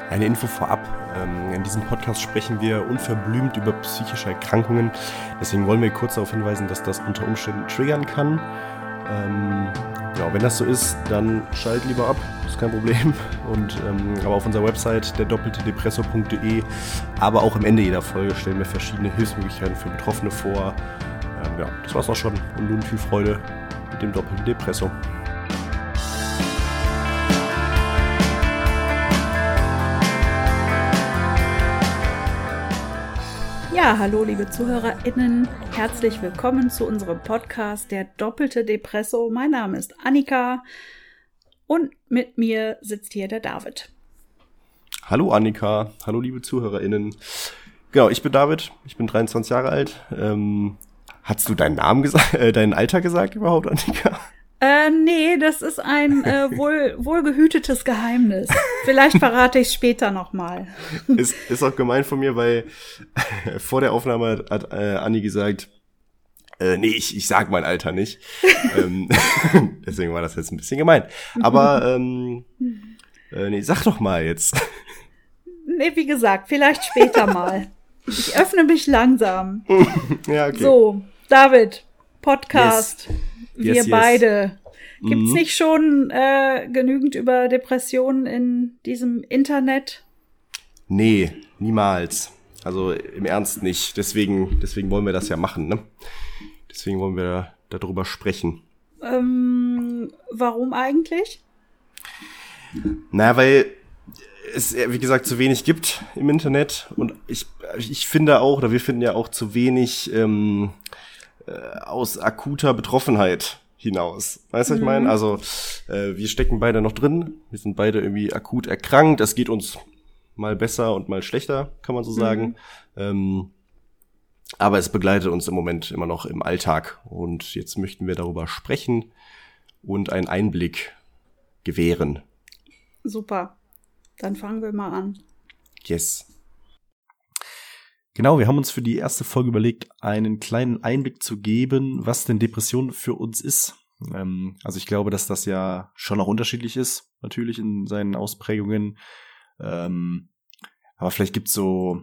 Eine Info vorab. In diesem Podcast sprechen wir unverblümt über psychische Erkrankungen. Deswegen wollen wir kurz darauf hinweisen, dass das unter Umständen triggern kann. Wenn das so ist, dann schalt lieber ab, ist kein Problem. Aber auf unserer Website der-depressor.de, aber auch am Ende jeder Folge stellen wir verschiedene Hilfsmöglichkeiten für Betroffene vor. Das war's auch schon und nun viel Freude mit dem doppelten Depressor. Ja, hallo liebe ZuhörerInnen, herzlich willkommen zu unserem Podcast Der doppelte Depresso. Mein Name ist Annika und mit mir sitzt hier der David. Hallo Annika, hallo liebe ZuhörerInnen. Genau, ich bin David, ich bin 23 Jahre alt. Hast du deinen Namen gesagt, dein Alter gesagt überhaupt, Annika? Nee, das ist ein wohlgehütetes Geheimnis. Vielleicht verrate ich es später nochmal. Ist auch gemein von mir, weil vor der Aufnahme hat Anni gesagt, nee, ich sag mein Alter nicht. Deswegen war das jetzt ein bisschen gemein. Aber nee, sag doch mal jetzt. Nee, wie gesagt, vielleicht später mal. Ich öffne mich langsam. Ja, okay. So, David, Podcast. Yes. Wir beide. Gibt's nicht schon genügend über Depressionen in diesem Internet? Nee, niemals. Also im Ernst nicht. Deswegen wollen wir das ja machen, ne? Deswegen wollen wir darüber sprechen. Warum eigentlich? Weil es, wie gesagt, zu wenig gibt im Internet. Und ich finde auch, oder wir finden ja auch zu wenig aus akuter Betroffenheit hinaus. Weißt du, was ich meine? Also wir stecken beide noch drin. Wir sind beide irgendwie akut erkrankt. Es geht uns mal besser und mal schlechter, kann man so sagen. Aber es begleitet uns im Moment immer noch im Alltag. Und jetzt möchten wir darüber sprechen und einen Einblick gewähren. Super. Dann fangen wir mal an. Yes. Genau, wir haben uns für die erste Folge überlegt, einen kleinen Einblick zu geben, was denn Depression für uns ist. Also ich glaube, dass das ja schon auch unterschiedlich ist, natürlich in seinen Ausprägungen. Aber vielleicht ist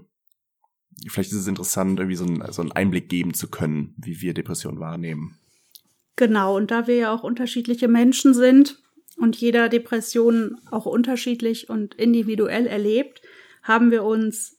es interessant, irgendwie so einen Einblick geben zu können, wie wir Depression wahrnehmen. Genau, und da wir ja auch unterschiedliche Menschen sind und jeder Depression auch unterschiedlich und individuell erlebt, haben wir uns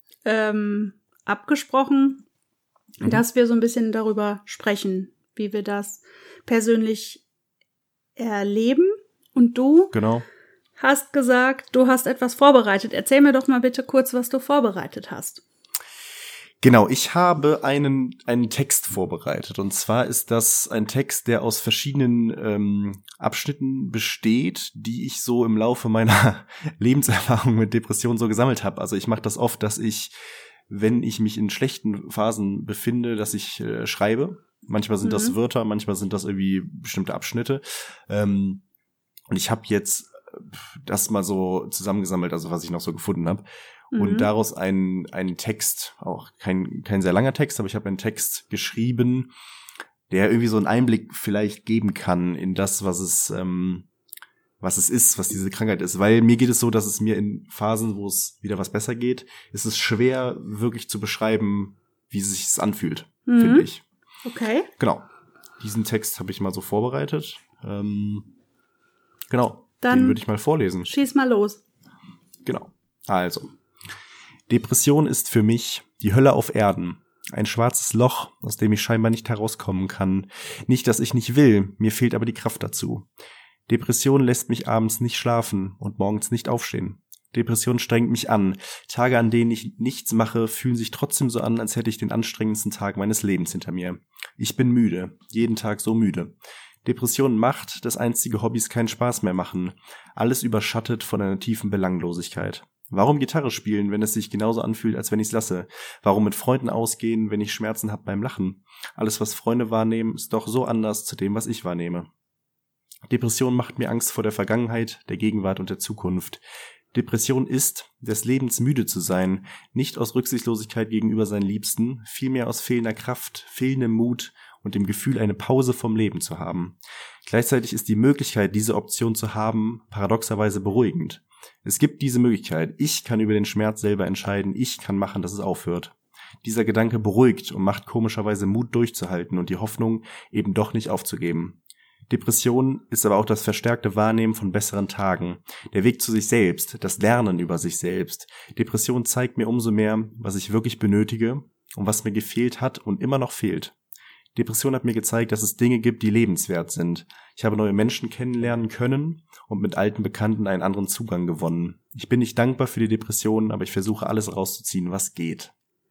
abgesprochen, dass wir so ein bisschen darüber sprechen, wie wir das persönlich erleben. Und du hast gesagt, du hast etwas vorbereitet. Erzähl mir doch mal bitte kurz, was du vorbereitet hast. Genau, ich habe einen Text vorbereitet. Und zwar ist das ein Text, der aus verschiedenen Abschnitten besteht, die ich so im Laufe meiner Lebenserfahrung mit Depressionen so gesammelt habe. Also ich mache das oft, dass ich, wenn ich mich in schlechten Phasen befinde, dass ich schreibe. Manchmal sind das Wörter, manchmal sind das irgendwie bestimmte Abschnitte. Und ich habe jetzt das mal so zusammengesammelt, also was ich noch so gefunden habe. Und daraus einen Text, auch kein sehr langer Text, aber ich habe einen Text geschrieben, der irgendwie so einen Einblick vielleicht geben kann in das, was es ist, was diese Krankheit ist. Weil mir geht es so, dass es mir in Phasen, wo es wieder was besser geht, ist es schwer, wirklich zu beschreiben, wie es sich anfühlt, finde ich. Okay. Genau. Diesen Text habe ich mal so vorbereitet. Dann den würde ich mal vorlesen. Schieß mal los. Genau. Also. Depression ist für mich die Hölle auf Erden. Ein schwarzes Loch, aus dem ich scheinbar nicht herauskommen kann. Nicht, dass ich nicht will, mir fehlt aber die Kraft dazu. Depression lässt mich abends nicht schlafen und morgens nicht aufstehen. Depression strengt mich an. Tage, an denen ich nichts mache, fühlen sich trotzdem so an, als hätte ich den anstrengendsten Tag meines Lebens hinter mir. Ich bin müde, jeden Tag so müde. Depression macht, dass einstige Hobbys keinen Spaß mehr machen. Alles überschattet von einer tiefen Belanglosigkeit. Warum Gitarre spielen, wenn es sich genauso anfühlt, als wenn ich es lasse? Warum mit Freunden ausgehen, wenn ich Schmerzen habe beim Lachen? Alles, was Freunde wahrnehmen, ist doch so anders zu dem, was ich wahrnehme. Depression macht mir Angst vor der Vergangenheit, der Gegenwart und der Zukunft. Depression ist, des Lebens müde zu sein, nicht aus Rücksichtslosigkeit gegenüber seinen Liebsten, vielmehr aus fehlender Kraft, fehlendem Mut und dem Gefühl, eine Pause vom Leben zu haben. Gleichzeitig ist die Möglichkeit, diese Option zu haben, paradoxerweise beruhigend. Es gibt diese Möglichkeit. Ich kann über den Schmerz selber entscheiden. Ich kann machen, dass es aufhört. Dieser Gedanke beruhigt und macht komischerweise Mut durchzuhalten und die Hoffnung, eben doch nicht aufzugeben. Depression ist aber auch das verstärkte Wahrnehmen von besseren Tagen, der Weg zu sich selbst, das Lernen über sich selbst. Depression zeigt mir umso mehr, was ich wirklich benötige und was mir gefehlt hat und immer noch fehlt. Depression hat mir gezeigt, dass es Dinge gibt, die lebenswert sind. Ich habe neue Menschen kennenlernen können und mit alten Bekannten einen anderen Zugang gewonnen. Ich bin nicht dankbar für die Depression, aber ich versuche alles rauszuziehen, was geht.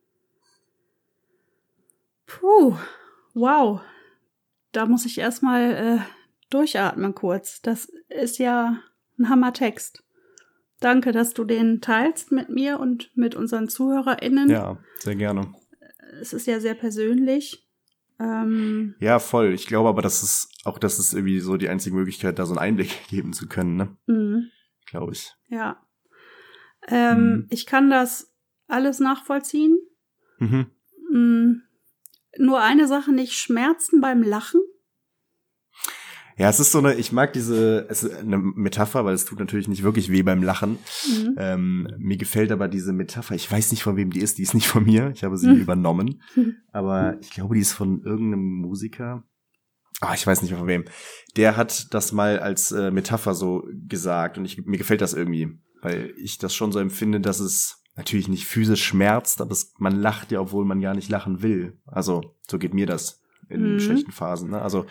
Puh, wow. Da muss ich erstmal durchatmen kurz. Das ist ja ein Hammertext. Danke, dass du den teilst mit mir und mit unseren ZuhörerInnen. Ja, sehr gerne. Es ist ja sehr persönlich. Ja, voll. Ich glaube aber, das ist irgendwie so die einzige Möglichkeit, da so einen Einblick geben zu können, ne? Mhm. Glaube ich. Ja. Ich kann das alles nachvollziehen. Nur eine Sache nicht, Schmerzen beim Lachen. Ja, es ist ich mag es ist eine Metapher, weil es tut natürlich nicht wirklich weh beim Lachen. Mir gefällt aber diese Metapher, ich weiß nicht, von wem die ist nicht von mir, ich habe sie übernommen, aber ich glaube, die ist von irgendeinem Musiker. Ich weiß nicht von wem. Der hat das mal als Metapher so gesagt und mir gefällt das irgendwie, weil ich das schon so empfinde, dass es natürlich nicht physisch schmerzt, aber man lacht ja, obwohl man gar nicht lachen will. Also, so geht mir das in schlechten Phasen, ne? Also,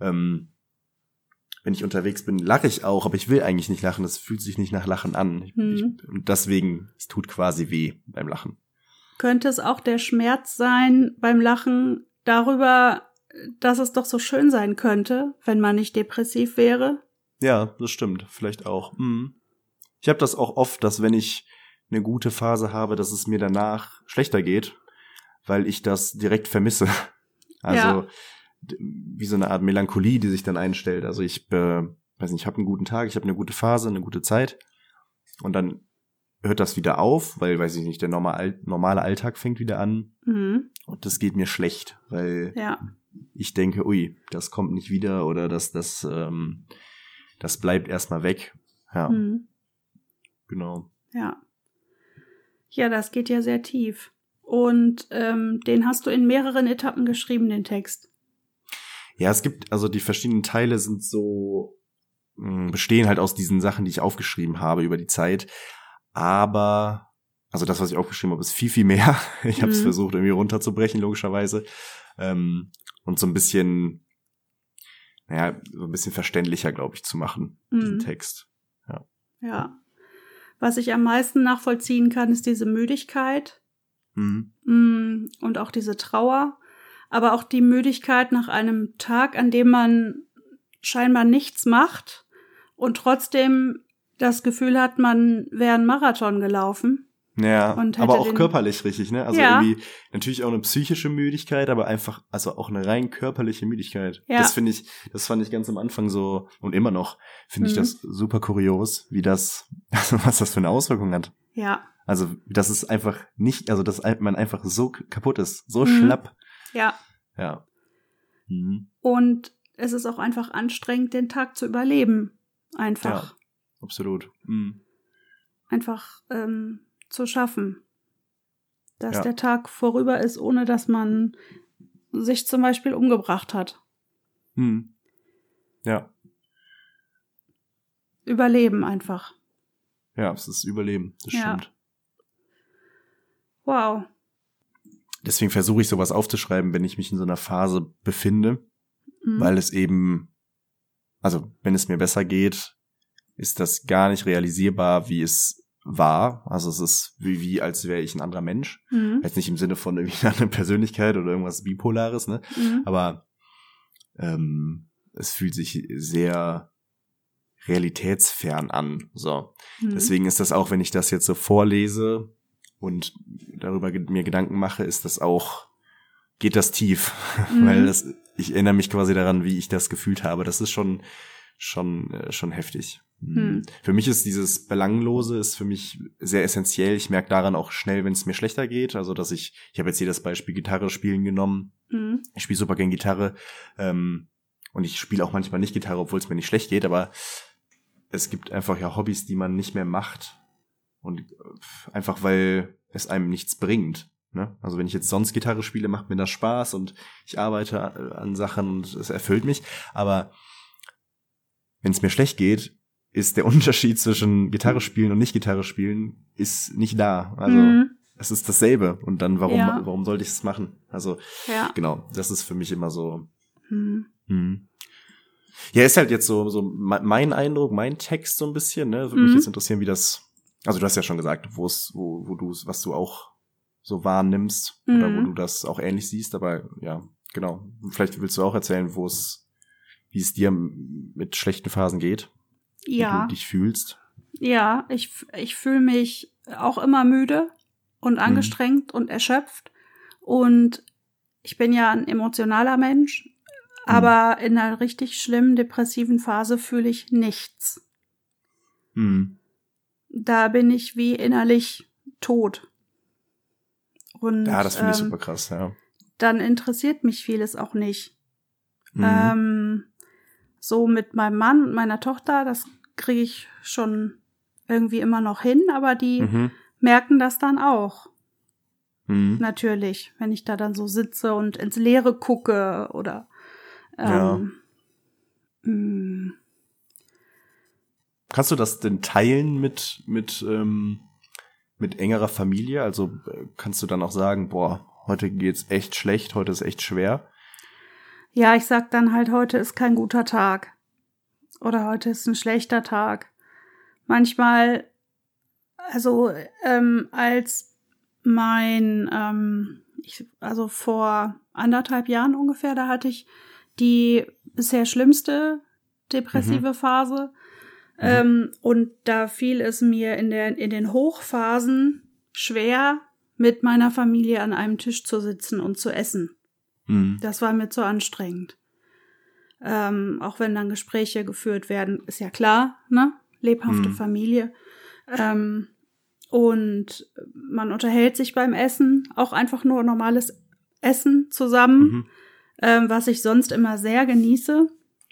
wenn ich unterwegs bin, lache ich auch, aber ich will eigentlich nicht lachen. Das fühlt sich nicht nach Lachen an. Und deswegen, es tut quasi weh beim Lachen. Könnte es auch der Schmerz sein beim Lachen darüber, dass es doch so schön sein könnte, wenn man nicht depressiv wäre? Ja, das stimmt. Vielleicht auch. Ich habe das auch oft, dass wenn ich eine gute Phase habe, dass es mir danach schlechter geht, weil ich das direkt vermisse. Also wie so eine Art Melancholie, die sich dann einstellt. Also ich weiß nicht, ich habe einen guten Tag, ich habe eine gute Phase, eine gute Zeit und dann hört das wieder auf, weil, weiß ich nicht, der normale Alltag fängt wieder an und das geht mir schlecht, weil ich denke, ui, das kommt nicht wieder oder das bleibt erstmal weg. Ja, genau. Ja, das geht ja sehr tief. Und den hast du in mehreren Etappen geschrieben, den Text. Ja, es gibt, also die verschiedenen Teile sind bestehen halt aus diesen Sachen, die ich aufgeschrieben habe über die Zeit. Aber, also das, was ich aufgeschrieben habe, ist viel, viel mehr. Ich habe es versucht, irgendwie runterzubrechen, logischerweise. Und so ein bisschen verständlicher, glaube ich, zu machen, diesen Text. Ja. Was ich am meisten nachvollziehen kann, ist diese Müdigkeit und auch diese Trauer, aber auch die Müdigkeit nach einem Tag, an dem man scheinbar nichts macht und trotzdem das Gefühl hat, man wäre einen Marathon gelaufen. Ja, aber auch körperlich richtig, ne? Also irgendwie natürlich auch eine psychische Müdigkeit, aber einfach, also auch eine rein körperliche Müdigkeit. Ja. Das fand ich ganz am Anfang so und immer noch finde ich das super kurios, was das für eine Auswirkung hat. Ja. Also, das ist einfach nicht, also dass man einfach so kaputt ist, so schlapp. Ja. Ja. Und es ist auch einfach anstrengend, den Tag zu überleben. Einfach. Ja, absolut. Einfach, zu schaffen, dass der Tag vorüber ist, ohne dass man sich zum Beispiel umgebracht hat. Ja. Überleben einfach. Ja, es ist Überleben, das stimmt. Wow. Deswegen versuche ich sowas aufzuschreiben, wenn ich mich in so einer Phase befinde, weil es eben, also wenn es mir besser geht, ist das gar nicht realisierbar, wie es war. Also es ist wie als wäre ich ein anderer Mensch. Jetzt nicht im Sinne von irgendwie eine Persönlichkeit oder irgendwas Bipolares, ne? Aber es fühlt sich sehr realitätsfern an. So. Deswegen ist das auch, wenn ich das jetzt so vorlese und darüber mir Gedanken mache, geht das tief. Weil ich erinnere mich quasi daran, wie ich das gefühlt habe. Das ist schon schon heftig. Für mich ist dieses Belanglose ist für mich sehr essentiell. Ich merke daran auch schnell, wenn es mir schlechter geht. Also, dass ich habe jetzt hier das Beispiel Gitarre spielen genommen. Ich spiele super gern Gitarre. Und ich spiele auch manchmal nicht Gitarre, obwohl es mir nicht schlecht geht. Aber es gibt einfach ja Hobbys, die man nicht mehr macht. Und einfach, weil es einem nichts bringt. Ne? Also wenn ich jetzt sonst Gitarre spiele, macht mir das Spaß und ich arbeite an Sachen und es erfüllt mich. Aber wenn es mir schlecht geht, ist der Unterschied zwischen Gitarre spielen und nicht Gitarre spielen ist nicht da. Also es ist dasselbe. Und dann warum sollte ich es machen? Also genau, das ist für mich immer so. Ja, ist halt jetzt so mein Eindruck, mein Text so ein bisschen. Ne, würde mich jetzt interessieren, wie das. Also du hast ja schon gesagt, was du auch so wahrnimmst oder wo du das auch ähnlich siehst. Aber ja, genau. Vielleicht willst du auch erzählen, wie es dir mit schlechten Phasen geht. Ja. Wie du dich fühlst. Ja, ich fühle mich auch immer müde und angestrengt und erschöpft. Und ich bin ja ein emotionaler Mensch, aber in einer richtig schlimmen, depressiven Phase fühle ich nichts. Da bin ich wie innerlich tot. Und, ja, das finde ich super krass, ja. Dann interessiert mich vieles auch nicht. So mit meinem Mann und meiner Tochter, das kriege ich schon irgendwie immer noch hin, aber die merken das dann auch. Natürlich, wenn ich da dann so sitze und ins Leere gucke oder Kannst du das denn teilen mit engerer Familie? Also kannst du dann auch sagen, boah, heute geht's echt schlecht, heute ist echt schwer? Ja, ich sag dann halt, heute ist kein guter Tag. Oder heute ist ein schlechter Tag. Manchmal, also als also vor 1,5 Jahren ungefähr, da hatte ich die bisher schlimmste depressive Phase. Und da fiel es mir in den Hochphasen schwer, mit meiner Familie an einem Tisch zu sitzen und zu essen. Das war mir zu anstrengend. Auch wenn dann Gespräche geführt werden, ist ja klar, ne? Lebhafte Familie. Und man unterhält sich beim Essen, auch einfach nur normales Essen zusammen, was ich sonst immer sehr genieße.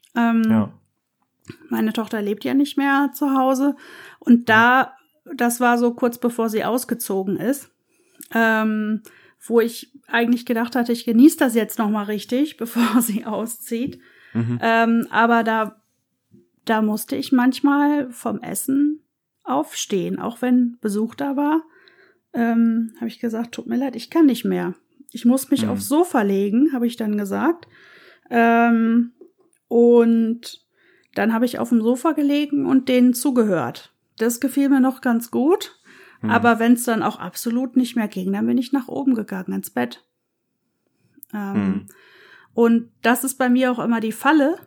Meine Tochter lebt ja nicht mehr zu Hause. Und das war so kurz bevor sie ausgezogen ist, wo ich eigentlich gedacht hatte, ich genieße das jetzt noch mal richtig, bevor sie auszieht. Aber da musste ich manchmal vom Essen aufstehen, auch wenn Besuch da war. Habe ich gesagt, tut mir leid, ich kann nicht mehr. Ich muss mich aufs Sofa legen, habe ich dann gesagt. Und dann habe ich auf dem Sofa gelegen und denen zugehört. Das gefiel mir noch ganz gut. Aber wenn es dann auch absolut nicht mehr ging, dann bin ich nach oben gegangen ins Bett. Und das ist bei mir auch immer die Falle,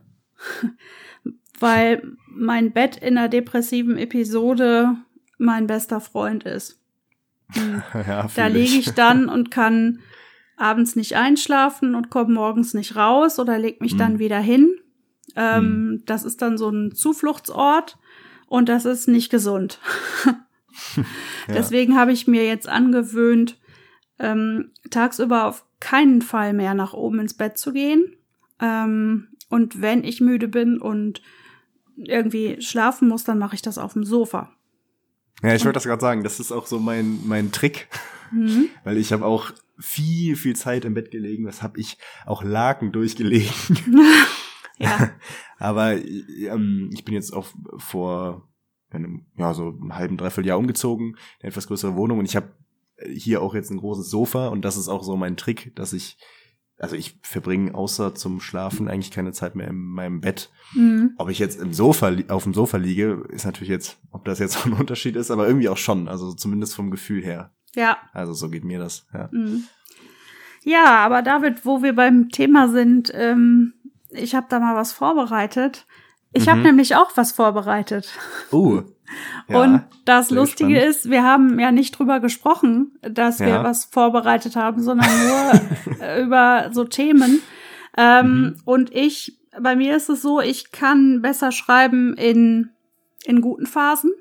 weil mein Bett in einer depressiven Episode mein bester Freund ist. Ja, da liege ich dann und kann abends nicht einschlafen und komme morgens nicht raus oder leg mich dann wieder hin. Das ist dann so ein Zufluchtsort und das ist nicht gesund. Deswegen habe ich mir jetzt angewöhnt, tagsüber auf keinen Fall mehr nach oben ins Bett zu gehen. Und wenn ich müde bin und irgendwie schlafen muss, dann mache ich das auf dem Sofa. Ja, ich wollte das gerade sagen, das ist auch so mein Trick, weil ich habe auch viel Zeit im Bett gelegen, das habe ich auch Laken durchgelegen. Ja. Aber ich bin jetzt auch vor so einem halben, dreiviertel Jahr umgezogen, eine etwas größere Wohnung und ich habe hier auch jetzt ein großes Sofa und das ist auch so mein Trick, dass ich verbringe außer zum Schlafen eigentlich keine Zeit mehr in meinem Bett. Ob ich jetzt auf dem Sofa liege, ist natürlich jetzt, ob das jetzt so ein Unterschied ist, aber irgendwie auch schon, also zumindest vom Gefühl her. Ja. Also so geht mir das, ja. Ja, aber David, wo wir beim Thema sind, ich habe da mal was vorbereitet. Ich habe nämlich auch was vorbereitet. Ja, und das Lustige ist, wir haben ja nicht drüber gesprochen, dass wir was vorbereitet haben, sondern nur über so Themen. Und ich bei mir ist es so, ich kann besser schreiben in guten Phasen.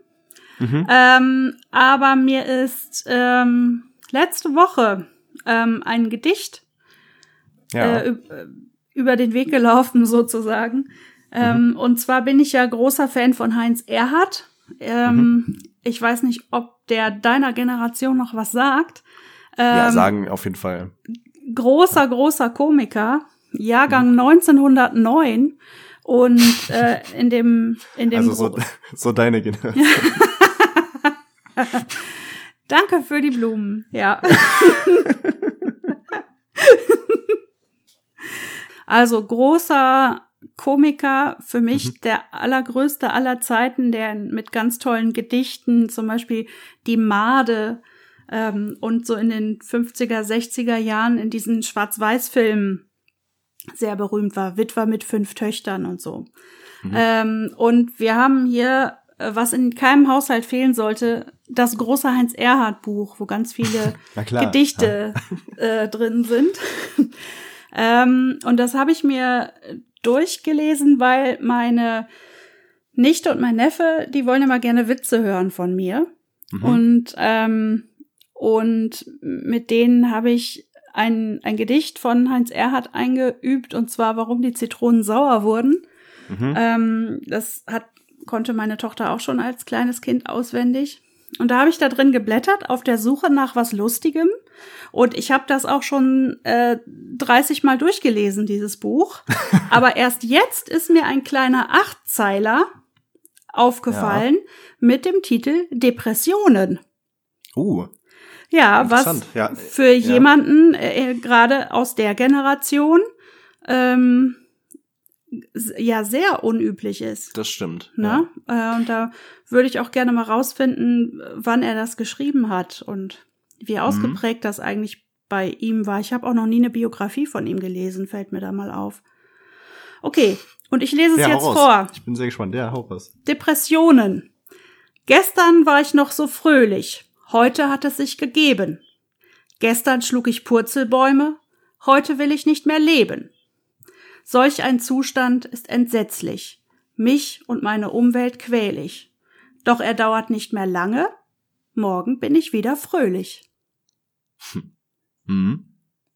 Aber mir ist letzte Woche ein Gedicht über den Weg gelaufen, sozusagen. Und zwar bin ich ja großer Fan von Heinz Erhardt. Ich weiß nicht, ob der deiner Generation noch was sagt. Ja, sagen auf jeden Fall. Großer Komiker, Jahrgang 1909. Und in dem also so deine Generation. Danke für die Blumen, ja. Also großer Komiker, für mich der allergrößte aller Zeiten, der mit ganz tollen Gedichten, zum Beispiel Die Made und so in den 50er, 60er Jahren in diesen Schwarz-Weiß-Filmen sehr berühmt war. Witwer mit 5 Töchtern und so. Und wir haben hier, was in keinem Haushalt fehlen sollte, das große Heinz Erhardt Buch, wo ganz viele Gedichte drin sind. Und das habe ich mir durchgelesen, weil meine Nichte und mein Neffe, die wollen immer gerne Witze hören von mir. Und mit denen habe ich ein Gedicht von Heinz Erhardt eingeübt, und zwar, warum die Zitronen sauer wurden. Das konnte meine Tochter auch schon als kleines Kind auswendig. Und da habe ich da drin geblättert, auf der Suche nach was Lustigem. Und ich habe das auch schon 30 Mal durchgelesen, dieses Buch. Aber erst jetzt ist mir ein kleiner 8-Zeiler aufgefallen mit dem Titel Depressionen. Ja, was für jemanden gerade aus der Generation sehr unüblich ist. Das stimmt. Ne? Ja. Und da würde ich auch gerne mal rausfinden, wann er das geschrieben hat und wie ausgeprägt das eigentlich bei ihm war. Ich habe auch noch nie eine Biografie von ihm gelesen, fällt mir da mal auf. Okay, und ich lese es jetzt vor. Ich bin sehr gespannt. Ja, hau raus. Depressionen. Gestern war ich noch so fröhlich. Heute hat es sich gegeben. Gestern schlug ich Purzelbäume. Heute will ich nicht mehr leben. Solch ein Zustand ist entsetzlich. Mich und meine Umwelt quälig. Doch er dauert nicht mehr lange. Morgen bin ich wieder fröhlich. Und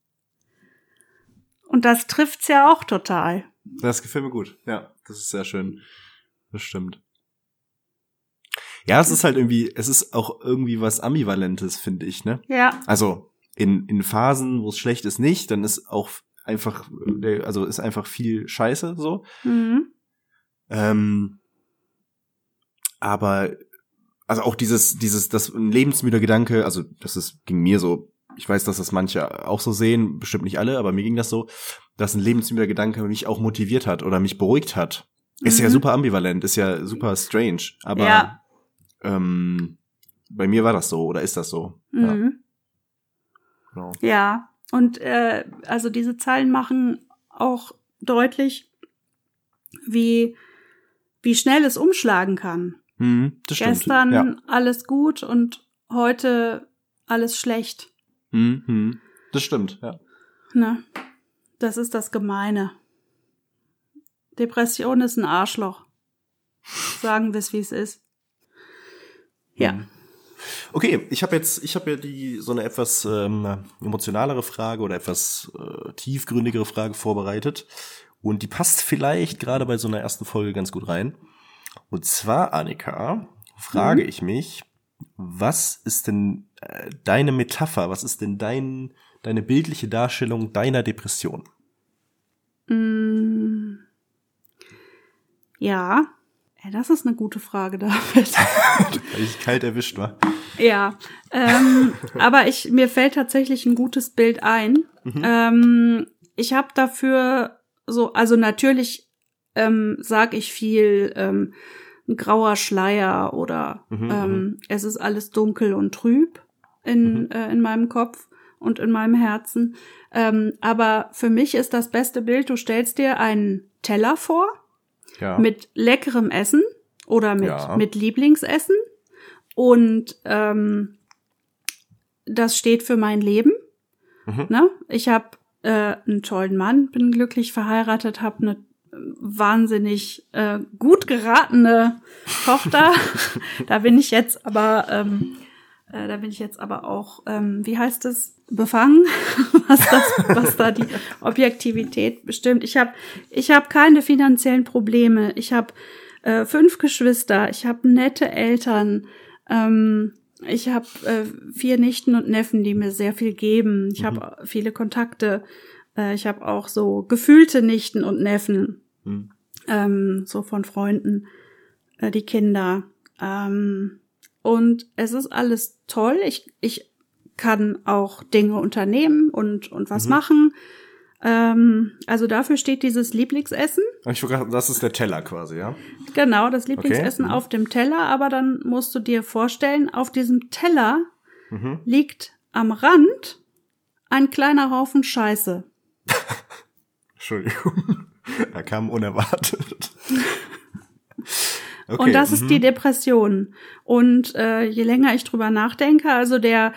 das trifft's ja auch total. Das gefällt mir gut. Ja, das ist sehr schön. Das stimmt. Ja, es ist halt irgendwie, es ist auch irgendwie was Ambivalentes, finde ich, ne? Ja. Also in Phasen, wo es schlecht ist, nicht, dann ist auch einfach, also ist einfach viel Scheiße so. Aber also auch das ein lebensmüder Gedanke, also ging mir so, ich weiß, dass das manche auch so sehen, bestimmt nicht alle, aber mir ging das so, dass ein lebensmüder Gedanke mich auch motiviert hat oder mich beruhigt hat. Ist ja super ambivalent, ist ja super strange, aber bei mir war das so oder ist das so. Ja. Genau. Ja, und also diese Zeilen machen auch deutlich, wie schnell es umschlagen kann. Das stimmt. Gestern alles gut und heute alles schlecht. Das stimmt, ja. Ne? Das ist das Gemeine. Depression ist ein Arschloch. Sagen wir es, wie es ist. Ja. Okay, ich habe ja so eine etwas emotionalere Frage oder etwas tiefgründigere Frage vorbereitet. Und die passt vielleicht gerade bei so einer ersten Folge ganz gut rein. Und zwar, Annika, frage ich mich, was ist denn deine Metapher, was ist denn deine bildliche Darstellung deiner Depression? Ja, das ist eine gute Frage, David. Weil ich kalt erwischt war. Ja, aber mir fällt tatsächlich ein gutes Bild ein. Ich habe dafür also natürlich sag ich viel ein grauer Schleier oder es ist alles dunkel und trüb in meinem Kopf und in meinem Herzen. Aber für mich ist das beste Bild, du stellst dir einen Teller vor mit leckerem Essen oder mit Lieblingsessen und das steht für mein Leben. Ne? Ich habe einen tollen Mann, bin glücklich verheiratet, habe eine wahnsinnig gut geratene Tochter. Da bin ich jetzt aber auch, wie heißt es, befangen, was da die Objektivität bestimmt. Ich hab keine finanziellen Probleme. Ich habe 5 Geschwister. Ich habe nette Eltern. Ich habe 4 Nichten und Neffen, die mir sehr viel geben. Ich habe viele Kontakte. Ich habe auch so gefühlte Nichten und Neffen, so von Freunden, die Kinder. Und es ist alles toll. Ich kann auch Dinge unternehmen und was machen. Also dafür steht dieses Lieblingsessen. Das ist der Teller quasi, ja? Genau, das Lieblingsessen auf dem Teller. Aber dann musst du dir vorstellen, auf diesem Teller liegt am Rand ein kleiner Haufen Scheiße. Entschuldigung, er kam unerwartet. Okay, und das ist die Depression. Und je länger ich drüber nachdenke, also dieser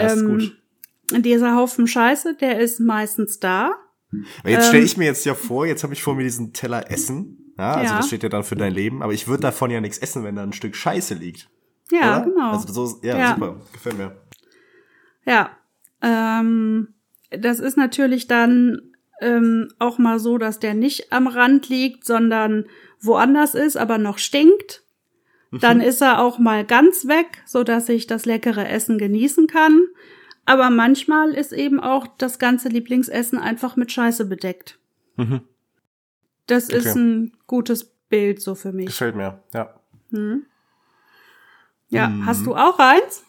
Haufen Scheiße, der ist meistens da. Aber jetzt stelle ich mir jetzt ja vor, jetzt habe ich vor mir diesen Teller Essen. Ja, also das steht ja dann für dein Leben. Aber ich würde davon ja nichts essen, wenn da ein Stück Scheiße liegt. Ja, oder? genau. Also so, ja, super, gefällt mir. Ja, das ist natürlich dann auch mal so, dass der nicht am Rand liegt, sondern woanders ist, aber noch stinkt. Dann ist er auch mal ganz weg, so dass ich das leckere Essen genießen kann. Aber manchmal ist eben auch das ganze Lieblingsessen einfach mit Scheiße bedeckt. Das ist ein gutes Bild so für mich. Gefällt mir, ja. Ja, hast du auch eins?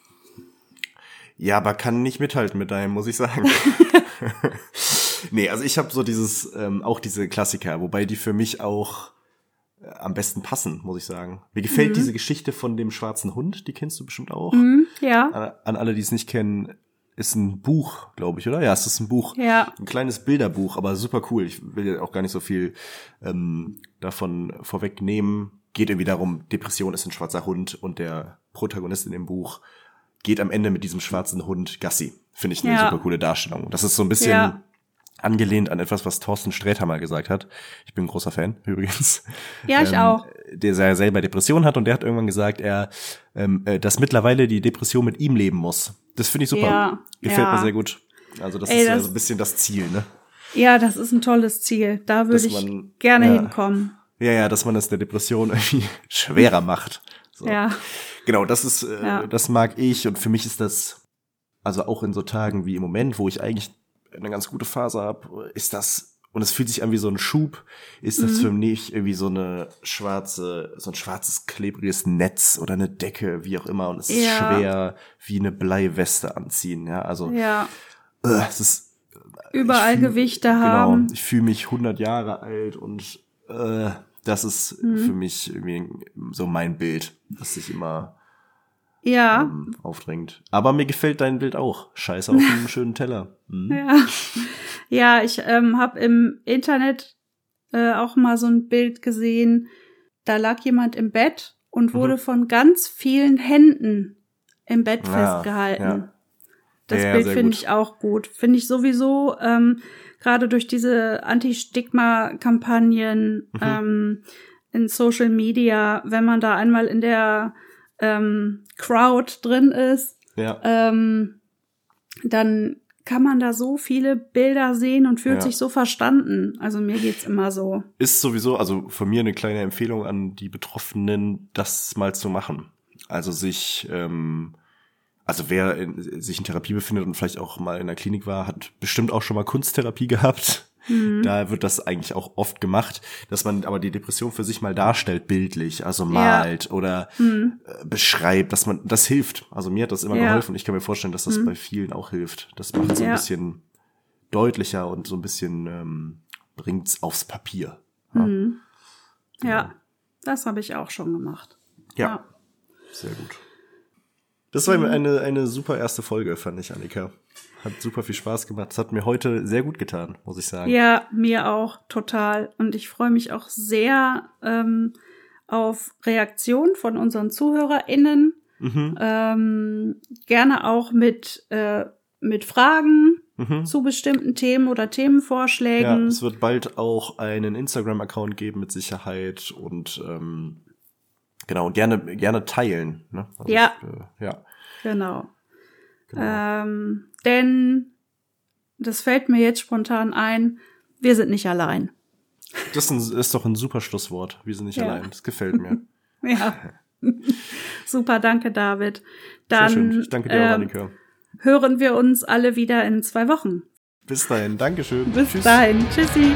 Ja, aber kann nicht mithalten mit deinem, muss ich sagen. Nee, also ich habe so auch diese Klassiker, wobei die für mich auch am besten passen, muss ich sagen. Mir gefällt diese Geschichte von dem schwarzen Hund, die kennst du bestimmt auch. Ja. An alle, die es nicht kennen, ist ein Buch, glaube ich, oder? Ja, es ist ein Buch. Ja. Ein kleines Bilderbuch, aber super cool. Ich will ja auch gar nicht so viel davon vorwegnehmen. Geht irgendwie darum, Depression ist ein schwarzer Hund und der Protagonist in dem Buch geht am Ende mit diesem schwarzen Hund Gassi. Finde ich eine super coole Darstellung. Das ist so ein bisschen angelehnt an etwas, was Thorsten Sträter mal gesagt hat. Ich bin ein großer Fan, übrigens. Ja, ich auch. Der selber Depression hat und der hat irgendwann gesagt, dass mittlerweile die Depression mit ihm leben muss. Das finde ich super. Ja, gefällt mir sehr gut. Also das ist ja so ein bisschen das Ziel, ne? Ja, das ist ein tolles Ziel. Da würde ich gerne hinkommen. Ja, dass man das der Depression irgendwie schwerer macht. So. Ja. Genau, das mag ich und für mich ist das, also auch in so Tagen wie im Moment, wo ich eigentlich eine ganz gute Phase habe, ist das, und es fühlt sich an wie so ein Schub, ist das für mich irgendwie so ein schwarzes, klebriges Netz oder eine Decke, wie auch immer, und es ist schwer wie eine Bleiweste anziehen, ja, also es ist überall Gewichte haben. Genau, ich fühle mich 100 Jahre alt und das ist für mich irgendwie so mein Bild, das sich immer aufdrängt. Aber mir gefällt dein Bild auch. Scheiße auf einem schönen Teller. Ja, ich habe im Internet auch mal so ein Bild gesehen. Da lag jemand im Bett und wurde von ganz vielen Händen im Bett festgehalten. Ja. Das Bild finde ich auch gut. Finde ich sowieso, gerade durch diese Anti-Stigma-Kampagnen in Social Media, wenn man da einmal in der Crowd drin ist, dann kann man da so viele Bilder sehen und fühlt sich so verstanden. Also mir geht's immer so. Ist sowieso, also von mir eine kleine Empfehlung an die Betroffenen, das mal zu machen. Also wer sich in Therapie befindet und vielleicht auch mal in der Klinik war, hat bestimmt auch schon mal Kunsttherapie gehabt. Da wird das eigentlich auch oft gemacht, dass man aber die Depression für sich mal darstellt, bildlich, also malt oder beschreibt, dass man, das hilft. Also mir hat das immer geholfen. Ich kann mir vorstellen, dass das bei vielen auch hilft. Das macht so ein bisschen deutlicher und so ein bisschen bringt's aufs Papier. Ja, das habe ich auch schon gemacht. Ja. Sehr gut. Das war eine super erste Folge, fand ich, Annika. Hat super viel Spaß gemacht. Das hat mir heute sehr gut getan, muss ich sagen. Ja, mir auch, total. Und ich freue mich auch sehr auf Reaktionen von unseren ZuhörerInnen. Gerne auch mit Fragen, zu bestimmten Themen oder Themenvorschlägen. Ja, es wird bald auch einen Instagram-Account geben mit Sicherheit und genau, gerne teilen. Ne? Also ja. Ja. Genau. Denn das fällt mir jetzt spontan ein, wir sind nicht allein. Das ist doch ein super Schlusswort. Wir sind nicht allein. Das gefällt mir. Ja. Super, danke, David. Dann sehr schön. Ich danke dir auch, Annika. Hören wir uns alle wieder in 2 Wochen. Bis dahin. Dankeschön. Bis dahin. Tschüssi.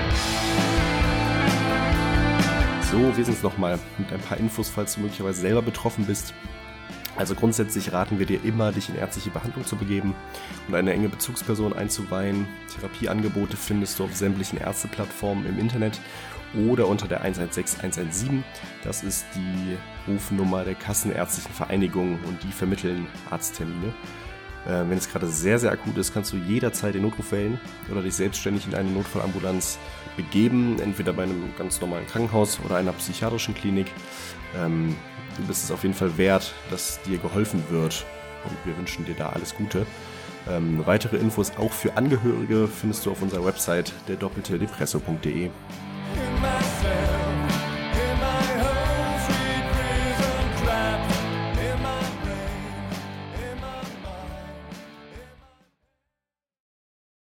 So, wir sind's nochmal mit ein paar Infos, falls du möglicherweise selber betroffen bist. Also grundsätzlich raten wir dir immer, dich in ärztliche Behandlung zu begeben und eine enge Bezugsperson einzuweihen. Therapieangebote findest du auf sämtlichen Ärzteplattformen im Internet oder unter der 116 117. Das ist die Rufnummer der Kassenärztlichen Vereinigung und die vermitteln Arzttermine. Wenn es gerade sehr, sehr akut ist, kannst du jederzeit den Notruf wählen oder dich selbstständig in eine Notfallambulanz begeben, entweder bei einem ganz normalen Krankenhaus oder einer psychiatrischen Klinik. Du bist es auf jeden Fall wert, dass dir geholfen wird und wir wünschen dir da alles Gute. Weitere Infos auch für Angehörige findest du auf unserer Website, der Depresso.de.